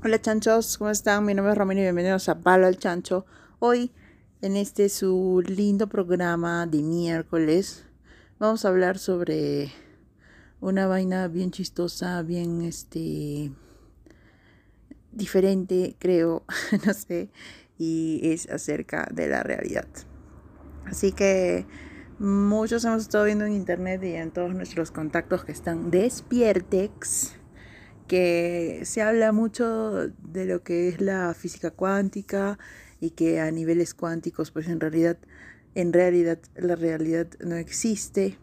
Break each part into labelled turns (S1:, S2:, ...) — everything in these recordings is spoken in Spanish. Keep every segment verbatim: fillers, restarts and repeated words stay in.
S1: Hola chanchos, ¿cómo están? Mi nombre es Romina y bienvenidos a Palo al Chancho. Hoy, en este su lindo programa de miércoles, vamos a hablar sobre una vaina bien chistosa, bien este diferente, creo, no sé, y es acerca de la realidad. Así que muchos hemos estado viendo en internet y en todos nuestros contactos que están despiertex, que se habla mucho de lo que es la física cuántica y que a niveles cuánticos pues en realidad en realidad la realidad no existe.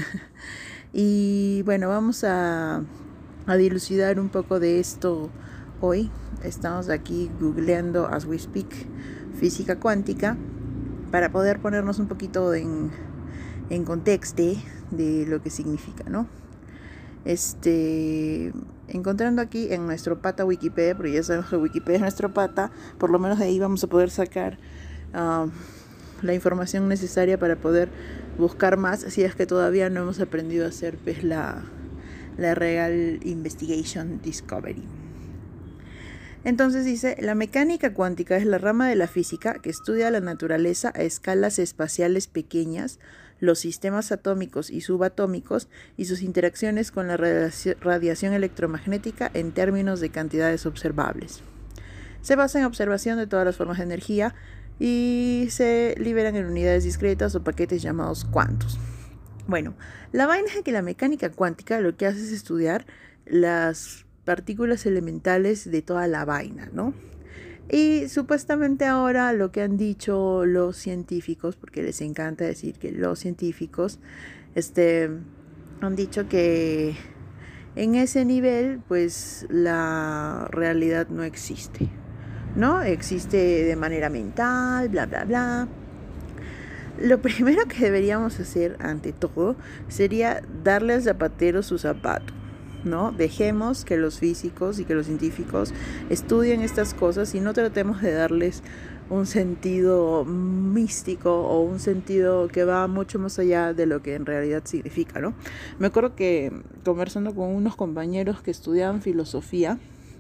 S1: Y bueno, vamos a, a dilucidar un poco de esto hoy. Estamos aquí googleando as we speak física cuántica para poder ponernos un poquito en, en contexto de lo que significa, ¿no? Este, encontrando aquí en nuestro pata Wikipedia, porque ya sabemos que Wikipedia es nuestro pata, por lo menos de ahí vamos a poder sacar uh, la información necesaria para poder buscar más, si es que todavía no hemos aprendido a hacer pues, la, la Real Investigation Discovery. Entonces dice, la mecánica cuántica es la rama de la física que estudia la naturaleza a escalas espaciales pequeñas, los sistemas atómicos y subatómicos y sus interacciones con la radiación electromagnética en términos de cantidades observables. Se basa en observación de todas las formas de energía y se liberan en unidades discretas o paquetes llamados cuantos. Bueno, la vaina es que la mecánica cuántica lo que hace es estudiar las partículas elementales de toda la vaina, ¿no? Y supuestamente ahora lo que han dicho los científicos, porque les encanta decir que los científicos este, han dicho que en ese nivel pues la realidad no existe, ¿no? Existe de manera mental, bla, bla, bla. Lo primero que deberíamos hacer ante todo sería darle al zapatero su zapato, ¿no? Dejemos que los físicos y que los científicos estudien estas cosas y no tratemos de darles un sentido místico o un sentido que va mucho más allá de lo que en realidad significa, ¿no? Me acuerdo que conversando con unos compañeros que estudiaban filosofía,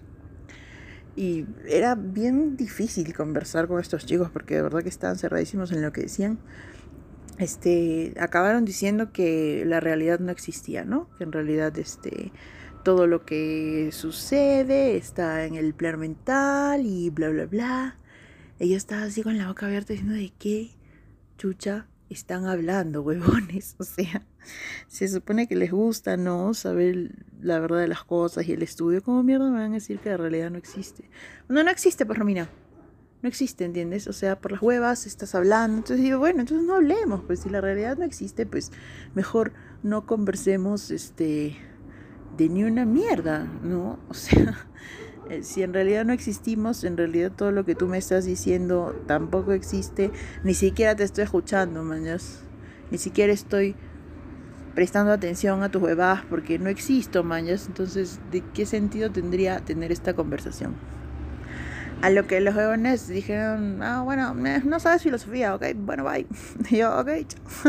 S1: y era bien difícil conversar con estos chicos porque de verdad que estaban cerradísimos en lo que decían. Este, acabaron diciendo que la realidad no existía, ¿no? Que en realidad este, todo lo que sucede está en el plano mental y bla, bla, bla. Ella estaba así con la boca abierta diciendo de qué chucha están hablando, huevones. O sea, se supone que les gusta, ¿no? Saber la verdad de las cosas y el estudio. ¿Cómo mierda me van a decir que la realidad no existe? No, no existe, pues Romina. No existe, ¿entiendes? O sea, por las huevas estás hablando. Entonces digo, bueno, entonces no hablemos. Pues si la realidad no existe, pues mejor no conversemos este, de ni una mierda, ¿no? O sea, si en realidad no existimos, en realidad todo lo que tú me estás diciendo tampoco existe. Ni siquiera te estoy escuchando, mañas. Ni siquiera estoy prestando atención a tus huevadas porque no existo, mañas. Entonces, ¿de qué sentido tendría tener esta conversación? A lo que los jóvenes dijeron, ah, bueno, no sabes filosofía, ok, bueno, bye. Y yo, ok, chao.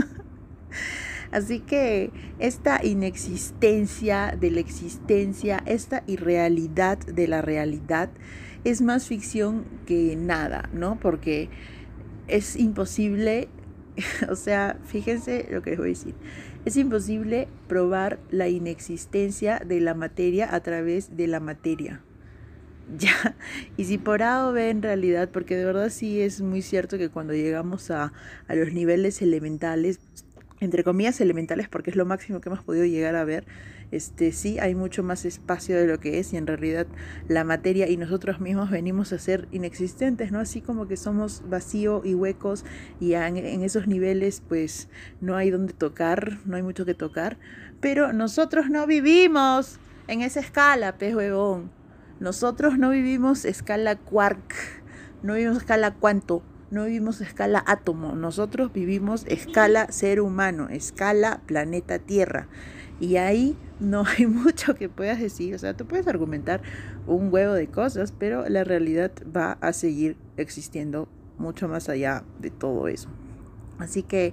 S1: Así que esta inexistencia de la existencia, esta irrealidad de la realidad, es más ficción que nada, ¿no? Porque es imposible, o sea, fíjense lo que les voy a decir. Es imposible probar la inexistencia de la materia a través de la materia. Ya, y si por A o B en realidad, porque de verdad sí es muy cierto que cuando llegamos a, a los niveles elementales, entre comillas elementales, porque es lo máximo que hemos podido llegar a ver, este sí hay mucho más espacio de lo que es y en realidad la materia y nosotros mismos venimos a ser inexistentes, ¿no? Así como que somos vacío y huecos y en, en esos niveles pues no hay donde tocar, no hay mucho que tocar, pero nosotros no vivimos en esa escala, pez huevón. Nosotros no vivimos escala quark, no vivimos escala cuanto, no vivimos escala átomo, nosotros vivimos escala ser humano, escala planeta Tierra. Y ahí no hay mucho que puedas decir, o sea, tú puedes argumentar un huevo de cosas, pero la realidad va a seguir existiendo mucho más allá de todo eso. Así que,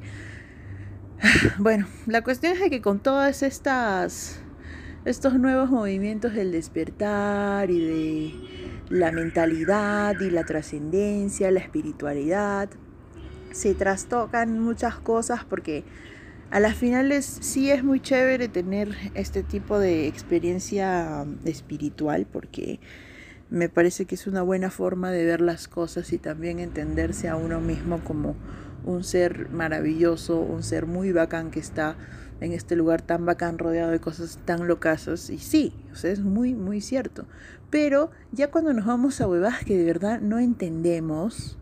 S1: bueno, la cuestión es que con todas estas... estos nuevos movimientos del despertar y de la mentalidad y la trascendencia, la espiritualidad. Se trastocan muchas cosas porque a las finales sí es muy chévere tener este tipo de experiencia espiritual, porque me parece que es una buena forma de ver las cosas y también entenderse a uno mismo como un ser maravilloso, un ser muy bacán que está en este lugar tan bacán rodeado de cosas tan locasas. Y sí, o sea, es muy, muy cierto. Pero ya cuando nos vamos a huevadas que de verdad no entendemos,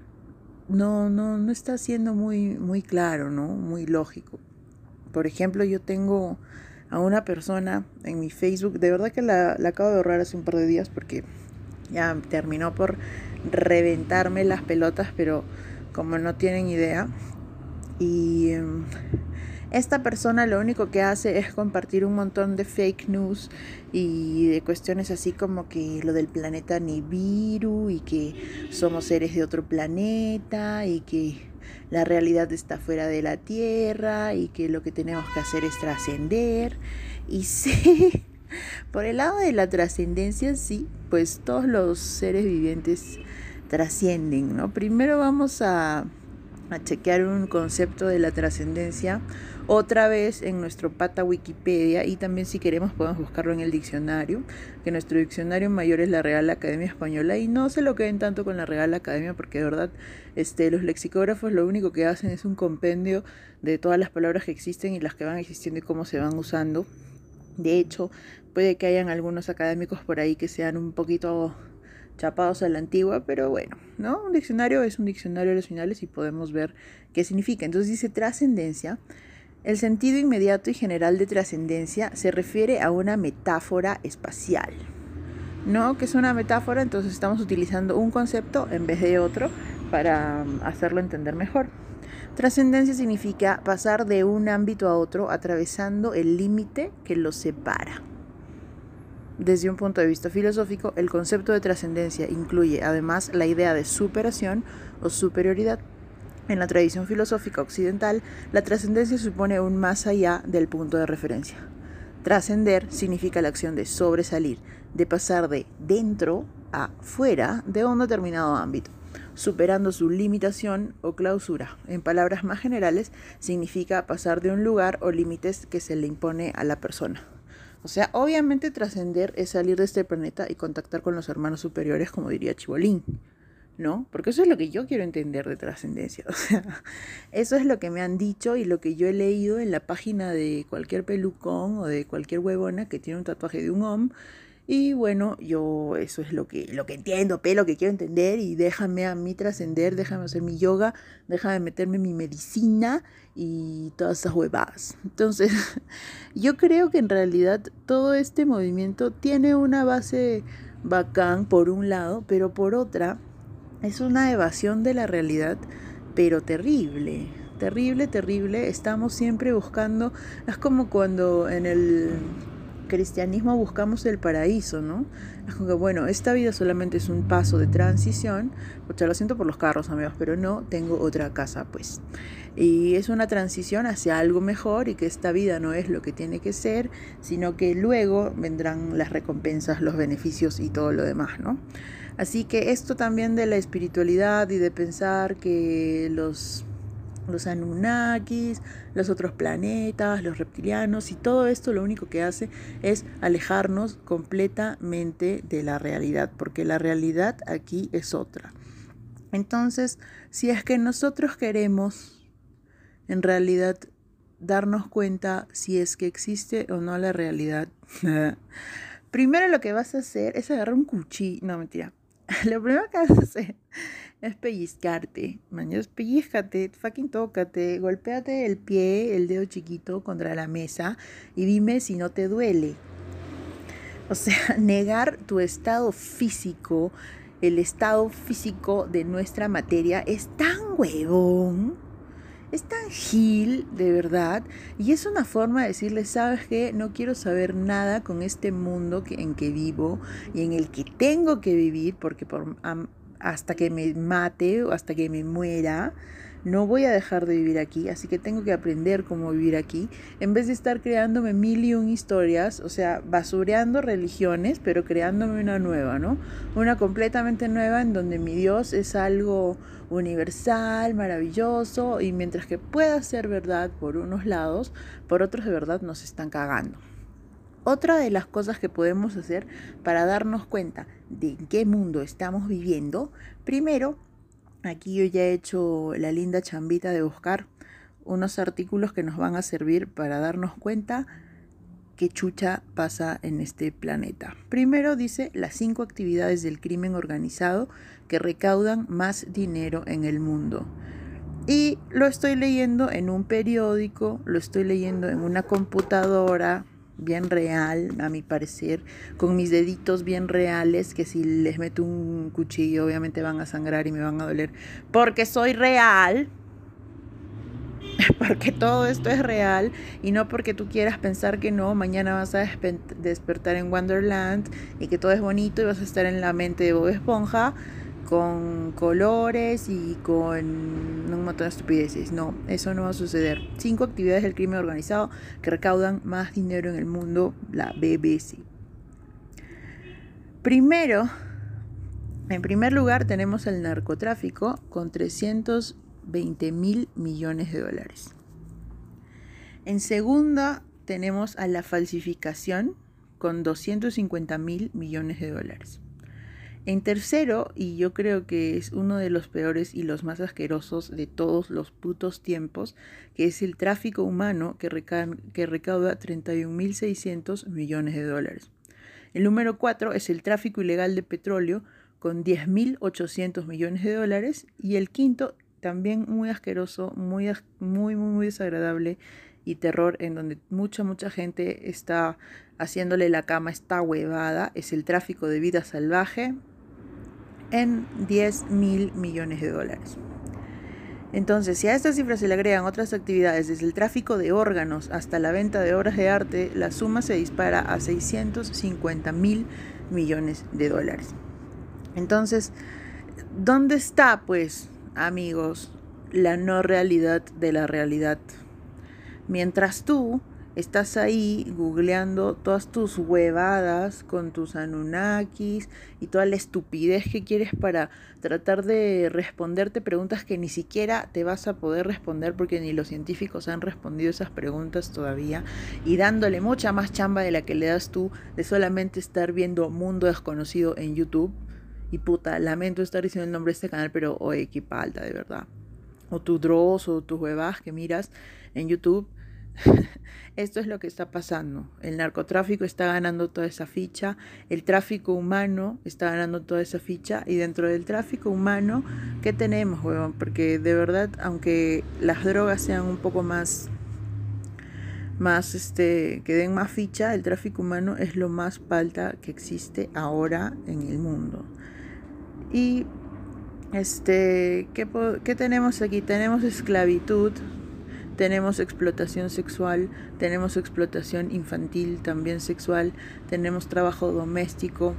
S1: no, no, no está siendo muy, muy claro, ¿no? Muy lógico. Por ejemplo, yo tengo a una persona en mi Facebook, de verdad que la, la acabo de borrar hace un par de días porque ya terminó por reventarme las pelotas, pero como no tienen idea. Y um, esta persona lo único que hace es compartir un montón de fake news y de cuestiones así como que lo del planeta Nibiru y que somos seres de otro planeta y que la realidad está fuera de la Tierra y que lo que tenemos que hacer es trascender. Y sí, por el lado de la trascendencia, sí, pues todos los seres vivientes trascienden, ¿no? Primero vamos a, a chequear un concepto de la trascendencia otra vez en nuestro pata Wikipedia, y también si queremos podemos buscarlo en el diccionario, que nuestro diccionario mayor es la Real Academia Española, y no se lo queden tanto con la Real Academia porque de verdad este, los lexicógrafos lo único que hacen es un compendio de todas las palabras que existen y las que van existiendo y cómo se van usando. De hecho, puede que hayan algunos académicos por ahí que sean un poquito chapados a la antigua, pero bueno, ¿no? Un diccionario es un diccionario a los finales y podemos ver qué significa. Entonces dice trascendencia. El sentido inmediato y general de trascendencia se refiere a una metáfora espacial, ¿no? Que es una metáfora, entonces estamos utilizando un concepto en vez de otro para hacerlo entender mejor. Trascendencia significa pasar de un ámbito a otro atravesando el límite que los separa. Desde un punto de vista filosófico, el concepto de trascendencia incluye además la idea de superación o superioridad. En la tradición filosófica occidental, la trascendencia supone un más allá del punto de referencia. Trascender significa la acción de sobresalir, de pasar de dentro a fuera de un determinado ámbito, superando su limitación o clausura. En palabras más generales, significa pasar de un lugar o límites que se le impone a la persona. O sea, obviamente trascender es salir de este planeta y contactar con los hermanos superiores, como diría Chibolín, ¿no? Porque eso es lo que yo quiero entender de trascendencia. O sea, eso es lo que me han dicho y lo que yo he leído en la página de cualquier pelucón o de cualquier huevona que tiene un tatuaje de un om. Y bueno, yo eso es lo que, lo que entiendo, pe, lo que quiero entender, y déjame a mí trascender, déjame hacer mi yoga, déjame meterme mi medicina y todas esas huevadas. Entonces, yo creo que en realidad todo este movimiento tiene una base bacán por un lado, pero por otra es una evasión de la realidad, pero terrible, terrible, terrible. Estamos siempre buscando, es como cuando en el cristianismo buscamos el paraíso, ¿no? Es como que, bueno, esta vida solamente es un paso de transición. Pucha, lo siento por los carros, amigos, pero no tengo otra casa, pues. Y es una transición hacia algo mejor, y que esta vida no es lo que tiene que ser, sino que luego vendrán las recompensas, los beneficios y todo lo demás, ¿no? Así que esto también de la espiritualidad y de pensar que los, los Anunnakis, los otros planetas, los reptilianos y todo esto lo único que hace es alejarnos completamente de la realidad, porque la realidad aquí es otra. Entonces, si es que nosotros queremos en realidad darnos cuenta si es que existe o no la realidad, primero lo que vas a hacer es agarrar un cuchillo, no, mentira. Lo primero que vas a hacer es pellizcarte, maños, pellizcate, fucking tócate, golpéate el pie, el dedo chiquito contra la mesa y dime si no te duele. O sea, negar tu estado físico, el estado físico de nuestra materia es tan huevón. Es tan gil, de verdad, y es una forma de decirle, ¿sabes qué? No quiero saber nada con este mundo que, en que vivo y en el que tengo que vivir, porque por, um, hasta que me mate o hasta que me muera, no voy a dejar de vivir aquí, así que tengo que aprender cómo vivir aquí, en vez de estar creándome mil y un historias, o sea, basureando religiones, pero creándome una nueva, ¿no? Una completamente nueva en donde mi Dios es algo universal, maravilloso, y mientras que pueda ser verdad por unos lados, por otros de verdad nos están cagando. Otra de las cosas que podemos hacer para darnos cuenta de en qué mundo estamos viviendo, primero, aquí yo ya he hecho la linda chambita de buscar unos artículos que nos van a servir para darnos cuenta qué chucha pasa en este planeta. Primero dice las cinco actividades del crimen organizado que recaudan más dinero en el mundo. Y lo estoy leyendo en un periódico, lo estoy leyendo en una computadora bien real, a mi parecer, con mis deditos bien reales, que si les meto un cuchillo obviamente van a sangrar y me van a doler, porque soy real, porque todo esto es real, y no porque tú quieras pensar que no, mañana vas a despe- despertar en Wonderland y que todo es bonito y vas a estar en la mente de Bob Esponja, con colores y con un montón de estupideces. No, eso no va a suceder. Cinco actividades del crimen organizado que recaudan más dinero en el mundo, la B B C. Primero, en primer lugar tenemos el narcotráfico con trescientos veinte mil millones de dólares. En segunda tenemos a la falsificación con doscientos cincuenta mil millones de dólares. En tercero, y yo creo que es uno de los peores y los más asquerosos de todos los putos tiempos, que es el tráfico humano que, reca- que recauda treinta y un mil seiscientos millones de dólares. El número cuatro es el tráfico ilegal de petróleo con diez mil ochocientos millones de dólares. Y el quinto, también muy asqueroso, muy, muy, muy, muy desagradable y terror, en donde mucha, mucha gente está haciéndole la cama, está huevada, es el tráfico de vida salvaje en diez mil millones de dólares. Entonces, si a estas cifras se le agregan otras actividades, desde el tráfico de órganos hasta la venta de obras de arte, la suma se dispara a seiscientos cincuenta mil millones de dólares. Entonces, ¿dónde está, pues, amigos, la no realidad de la realidad? Mientras tú estás ahí googleando todas tus huevadas con tus Anunnakis y toda la estupidez que quieres para tratar de responderte preguntas que ni siquiera te vas a poder responder porque ni los científicos han respondido esas preguntas todavía, y dándole mucha más chamba de la que le das tú de solamente estar viendo Mundo Desconocido en YouTube. Y puta, lamento estar diciendo el nombre de este canal, pero oye, qué palta, de verdad. O tu Dross o tus huevas que miras en YouTube. Esto es lo que está pasando. El narcotráfico está ganando toda esa ficha, el tráfico humano está ganando toda esa ficha, y dentro del tráfico humano, ¿qué tenemos, huevón? Porque de verdad, aunque las drogas sean un poco más, más este, que den más ficha, el tráfico humano es lo más palta que existe ahora en el mundo. Y este, ¿qué, qué tenemos aquí? Tenemos esclavitud, tenemos explotación sexual, tenemos explotación infantil, también sexual, tenemos trabajo doméstico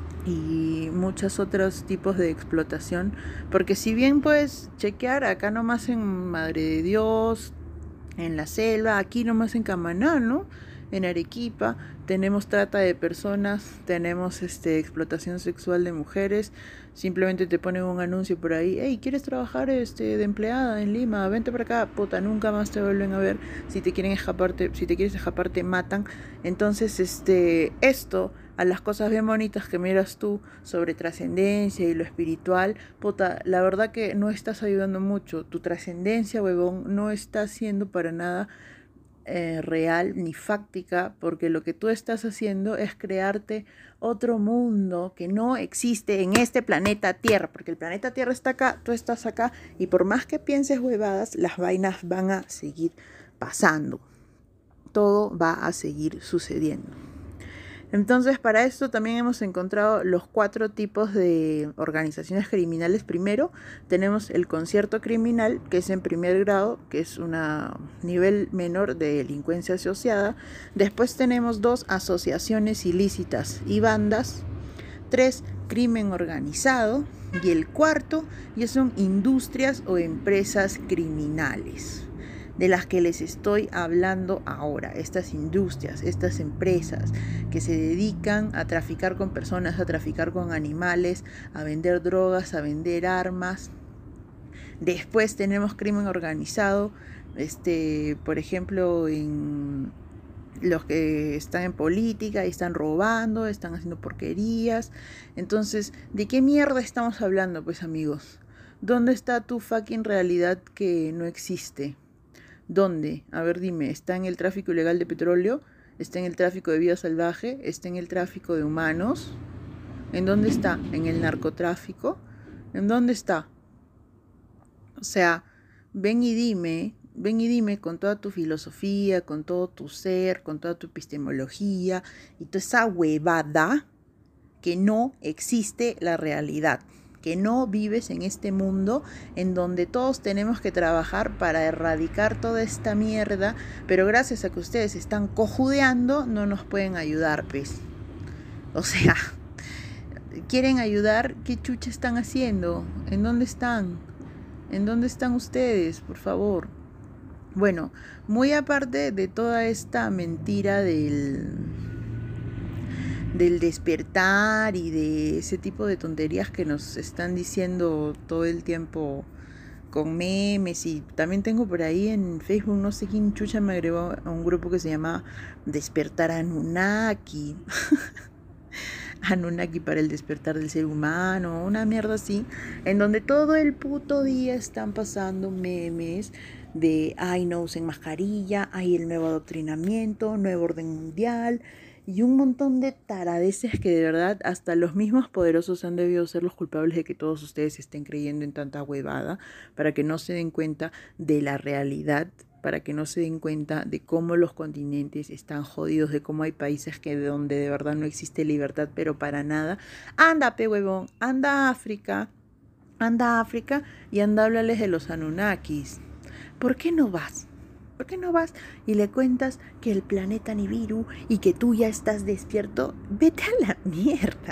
S1: y muchos otros tipos de explotación, porque si bien puedes chequear acá nomás en Madre de Dios, en la selva, aquí nomás en Camaná, ¿no? En Arequipa, tenemos trata de personas, tenemos este, explotación sexual de mujeres. Simplemente te ponen un anuncio por ahí, hey, ¿quieres trabajar este, de empleada en Lima? Vente para acá, puta, nunca más te vuelven a ver. Si te quieren escaparte, si te quieres escapar, te matan. Entonces, este, esto, a las cosas bien bonitas que miras tú sobre trascendencia y lo espiritual, puta, la verdad que no estás ayudando mucho. Tu trascendencia, huevón, no está siendo para nada Eh, real ni fáctica, porque lo que tú estás haciendo es crearte otro mundo que no existe en este planeta Tierra, porque el planeta Tierra está acá, tú estás acá, y por más que pienses huevadas, las vainas van a seguir pasando, todo va a seguir sucediendo. Entonces, para esto también hemos encontrado los cuatro tipos de organizaciones criminales. Primero, tenemos el concierto criminal, que es en primer grado, que es un nivel menor de delincuencia asociada. Después tenemos dos asociaciones ilícitas y bandas. Tres, crimen organizado. Y el cuarto ya son industrias o empresas criminales, de las que les estoy hablando ahora. Estas industrias, estas empresas que se dedican a traficar con personas, a traficar con animales, a vender drogas, a vender armas. Después tenemos crimen organizado, este, por ejemplo, en los que están en política y están robando, están haciendo porquerías. Entonces, ¿de qué mierda estamos hablando, pues, amigos? ¿Dónde está tu fucking realidad que no existe? ¿Dónde? A ver, dime, ¿está en el tráfico ilegal de petróleo? ¿Está en el tráfico de vida salvaje? ¿Está en el tráfico de humanos? ¿En dónde está? ¿En el narcotráfico? ¿En dónde está? O sea, ven y dime, ven y dime con toda tu filosofía, con todo tu ser, con toda tu epistemología y toda esa huevada, que no existe la realidad, que no vives en este mundo en donde todos tenemos que trabajar para erradicar toda esta mierda, pero gracias a que ustedes están cojudeando no nos pueden ayudar, pues. O sea, ¿quieren ayudar? ¿Qué chucha están haciendo? ¿En dónde están? ¿En dónde están ustedes? Por favor. Bueno, muy aparte de toda esta mentira del, del despertar y de ese tipo de tonterías que nos están diciendo todo el tiempo con memes, y también tengo por ahí en Facebook, no sé quién chucha me agregó a un grupo que se llama Despertar Anunnaki. Anunnaki para el despertar del ser humano, una mierda así, en donde todo el puto día están pasando memes de ay, no usen mascarilla, hay el nuevo adoctrinamiento, nuevo orden mundial y un montón de taradeces que de verdad hasta los mismos poderosos han debido ser los culpables de que todos ustedes estén creyendo en tanta huevada, para que no se den cuenta de la realidad, para que no se den cuenta de cómo los continentes están jodidos, de cómo hay países que de donde de verdad no existe libertad, pero para nada. Anda, pe huevón, anda a África, anda a África y anda a hablarles de los Anunnakis. ¿Por qué no vas? ¿Por qué no vas y le cuentas que el planeta Nibiru y que tú ya estás despierto? Vete a la mierda.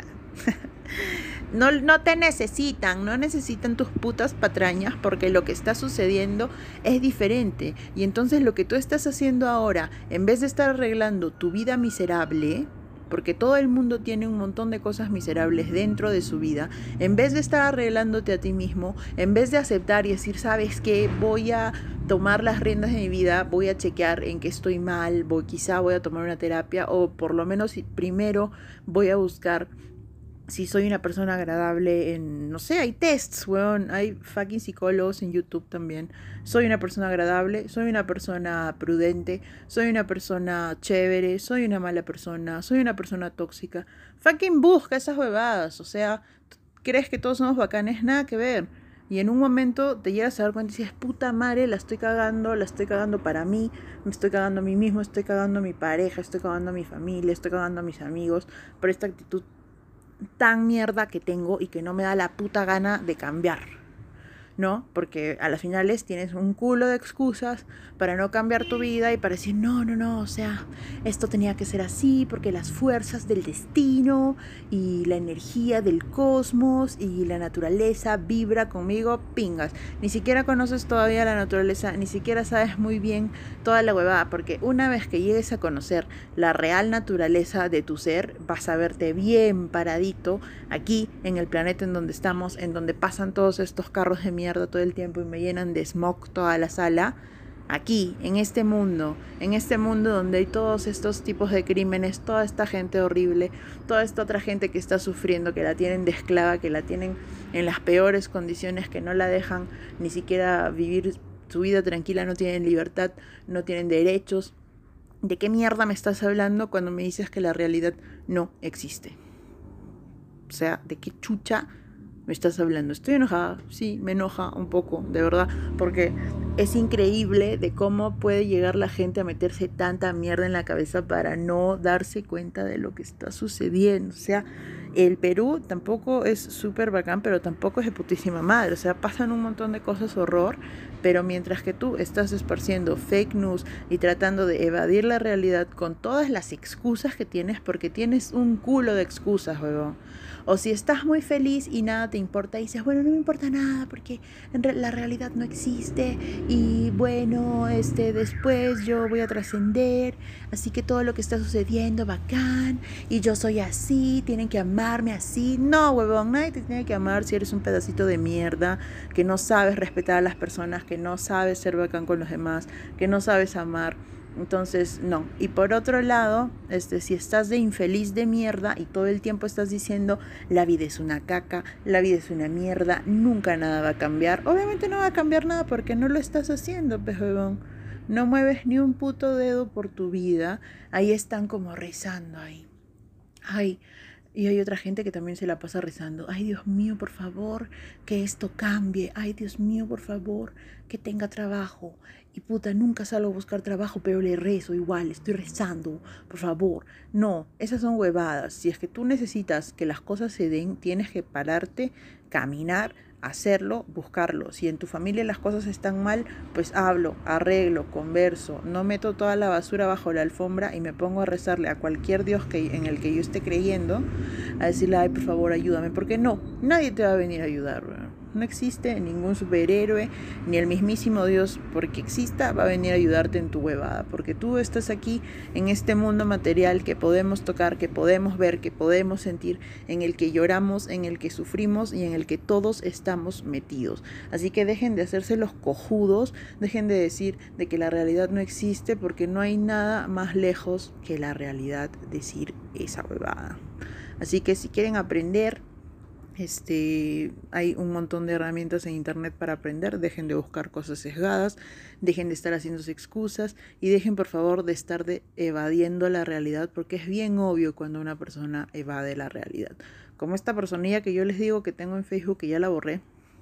S1: No, no te necesitan, no necesitan tus putas patrañas, porque lo que está sucediendo es diferente. Y entonces lo que tú estás haciendo ahora, en vez de estar arreglando tu vida miserable, porque todo el mundo tiene un montón de cosas miserables dentro de su vida, en vez de estar arreglándote a ti mismo, en vez de aceptar y decir, ¿sabes qué? Voy a tomar las riendas de mi vida, voy a chequear en qué estoy mal, voy, quizá voy a tomar una terapia, o por lo menos primero voy a buscar si soy una persona agradable en, no sé, hay tests, weón, hay fucking psicólogos en YouTube también. Soy una persona agradable, soy una persona prudente, soy una persona chévere, soy una mala persona, soy una persona tóxica. Fucking busca esas huevadas, o sea, ¿crees que todos somos bacanes? Nada que ver. Y en un momento te llegas a dar cuenta y dices, puta madre, la estoy cagando, la estoy cagando para mí, me estoy cagando a mí mismo, estoy cagando a mi pareja, estoy cagando a mi familia, estoy cagando a mis amigos por esta actitud tan mierda que tengo y que no me da la puta gana de cambiar, ¿no? Porque a las finales tienes un culo de excusas para no cambiar tu vida y para decir, no, no, no, o sea, esto tenía que ser así porque las fuerzas del destino y la energía del cosmos y la naturaleza vibra conmigo, pingas. Ni siquiera conoces todavía la naturaleza, ni siquiera sabes muy bien toda la huevada, porque una vez que llegues a conocer la real naturaleza de tu ser, vas a verte bien paradito aquí en el planeta en donde estamos, en donde pasan todos estos carros de mierda todo el tiempo y me llenan de smog toda la sala. Aquí, en este mundo, en este mundo donde hay todos estos tipos de crímenes, toda esta gente horrible, toda esta otra gente que está sufriendo, que la tienen de esclava, que la tienen en las peores condiciones, que no la dejan ni siquiera vivir su vida tranquila, no tienen libertad, no tienen derechos. ¿De qué mierda me estás hablando cuando me dices que la realidad no existe? O sea, ¿de qué chucha me estás hablando? Estoy enojada, sí, me enoja un poco, de verdad, porque es increíble de cómo puede llegar la gente a meterse tanta mierda en la cabeza para no darse cuenta de lo que está sucediendo. O sea, el Perú tampoco es súper bacán, pero tampoco es de putísima madre. O sea, pasan un montón de cosas horror, pero mientras que tú estás esparciendo fake news y tratando de evadir la realidad con todas las excusas que tienes, porque tienes un culo de excusas, huevón. O si estás muy feliz y nada te importa y dices, bueno, no me importa nada porque en re- la realidad no existe y bueno, este, después yo voy a trascender, así que todo lo que está sucediendo, bacán, y yo soy así, tienen que amarme así. No, huevón, nadie te tiene que amar si eres un pedacito de mierda, que no sabes respetar a las personas, que no sabes ser bacán con los demás, que no sabes amar. Entonces, no. Y por otro lado, este, si estás de infeliz de mierda y todo el tiempo estás diciendo la vida es una caca, la vida es una mierda, nunca nada va a cambiar. Obviamente no va a cambiar nada porque no lo estás haciendo, pejón. No mueves ni un puto dedo por tu vida. Ahí están como rezando ahí. Ay, y hay otra gente que también se la pasa rezando. Ay, Dios mío, por favor, que esto cambie. Ay, Dios mío, por favor, que tenga trabajo. Y puta, nunca salgo a buscar trabajo, pero le rezo igual, estoy rezando, por favor. No, esas son huevadas. Si es que tú necesitas que las cosas se den, tienes que pararte, caminar, hacerlo, buscarlo. Si en tu familia las cosas están mal, pues hablo, arreglo, converso, no meto toda la basura bajo la alfombra y me pongo a rezarle a cualquier Dios que, en el que yo esté creyendo, a decirle, ay, por favor, ayúdame, porque no, nadie te va a venir a ayudar, bro. No existe ningún superhéroe, ni el mismísimo Dios, porque exista, va a venir a ayudarte en tu huevada, porque tú estás aquí en este mundo material que podemos tocar, que podemos ver, que podemos sentir, en el que lloramos, en el que sufrimos y en el que todos estamos metidos. Así que dejen de hacerse los cojudos, dejen de decir de que la realidad no existe, porque no hay nada más lejos que la realidad decir esa huevada. Así que si quieren aprender, Este, hay un montón de herramientas en internet para aprender. Dejen de buscar cosas sesgadas, dejen de estar haciéndose excusas y dejen por favor de estar de evadiendo la realidad, porque es bien obvio cuando una persona evade la realidad. Como esta personilla que yo les digo que tengo en Facebook, que ya la borré,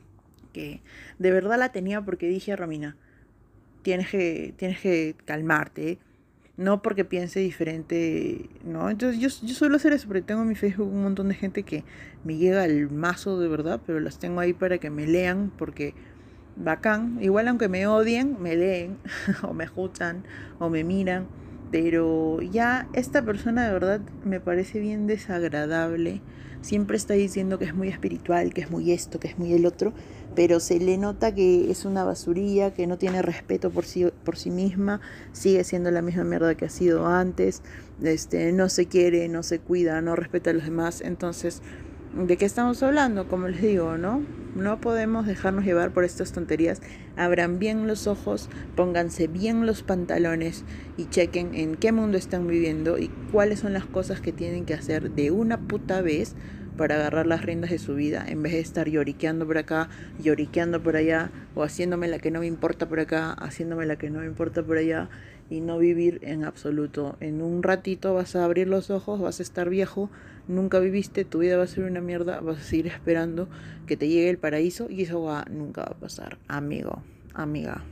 S1: que de verdad la tenía porque dije, Romina, tienes que, tienes que calmarte, ¿eh? No porque piense diferente, ¿no? Entonces yo, yo suelo hacer eso, porque tengo en mi Facebook un montón de gente que me llega al mazo de verdad, pero las tengo ahí para que me lean, porque bacán, igual aunque me odien, me leen, o me escuchan, o me miran, pero ya esta persona de verdad me parece bien desagradable. Siempre está diciendo que es muy espiritual, que es muy esto, que es muy el otro, pero se le nota que es una basurilla, que no tiene respeto por sí, por sí misma, sigue siendo la misma mierda que ha sido antes, este, no se quiere, no se cuida, no respeta a los demás. Entonces, ¿de qué estamos hablando? Como les digo, ¿no? No podemos dejarnos llevar por estas tonterías. Abran bien los ojos, pónganse bien los pantalones y chequen en qué mundo están viviendo y cuáles son las cosas que tienen que hacer de una puta vez para agarrar las riendas de su vida, en vez de estar lloriqueando por acá, lloriqueando por allá, o haciéndome la que no me importa por acá, haciéndome la que no me importa por allá, y no vivir en absoluto. En un ratito vas a abrir los ojos, vas a estar viejo, nunca viviste, tu vida va a ser una mierda, vas a seguir esperando que te llegue el paraíso y eso va, nunca va a pasar, amigo, amiga.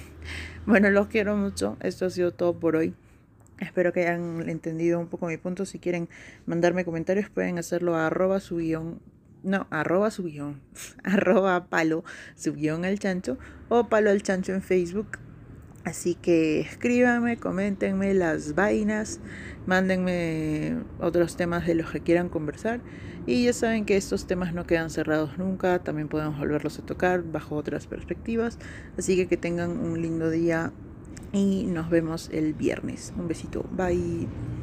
S1: Bueno, los quiero mucho, esto ha sido todo por hoy. Espero que hayan entendido un poco mi punto. Si quieren mandarme comentarios pueden hacerlo a arroba su guión, no, arroba su guión, arroba palo su guión al chancho o palo al chancho en Facebook. Así que escríbanme, coméntenme las vainas, mándenme otros temas de los que quieran conversar. Y ya saben que estos temas no quedan cerrados nunca, también podemos volverlos a tocar bajo otras perspectivas. Así que que tengan un lindo día y nos vemos el viernes. Un besito, bye.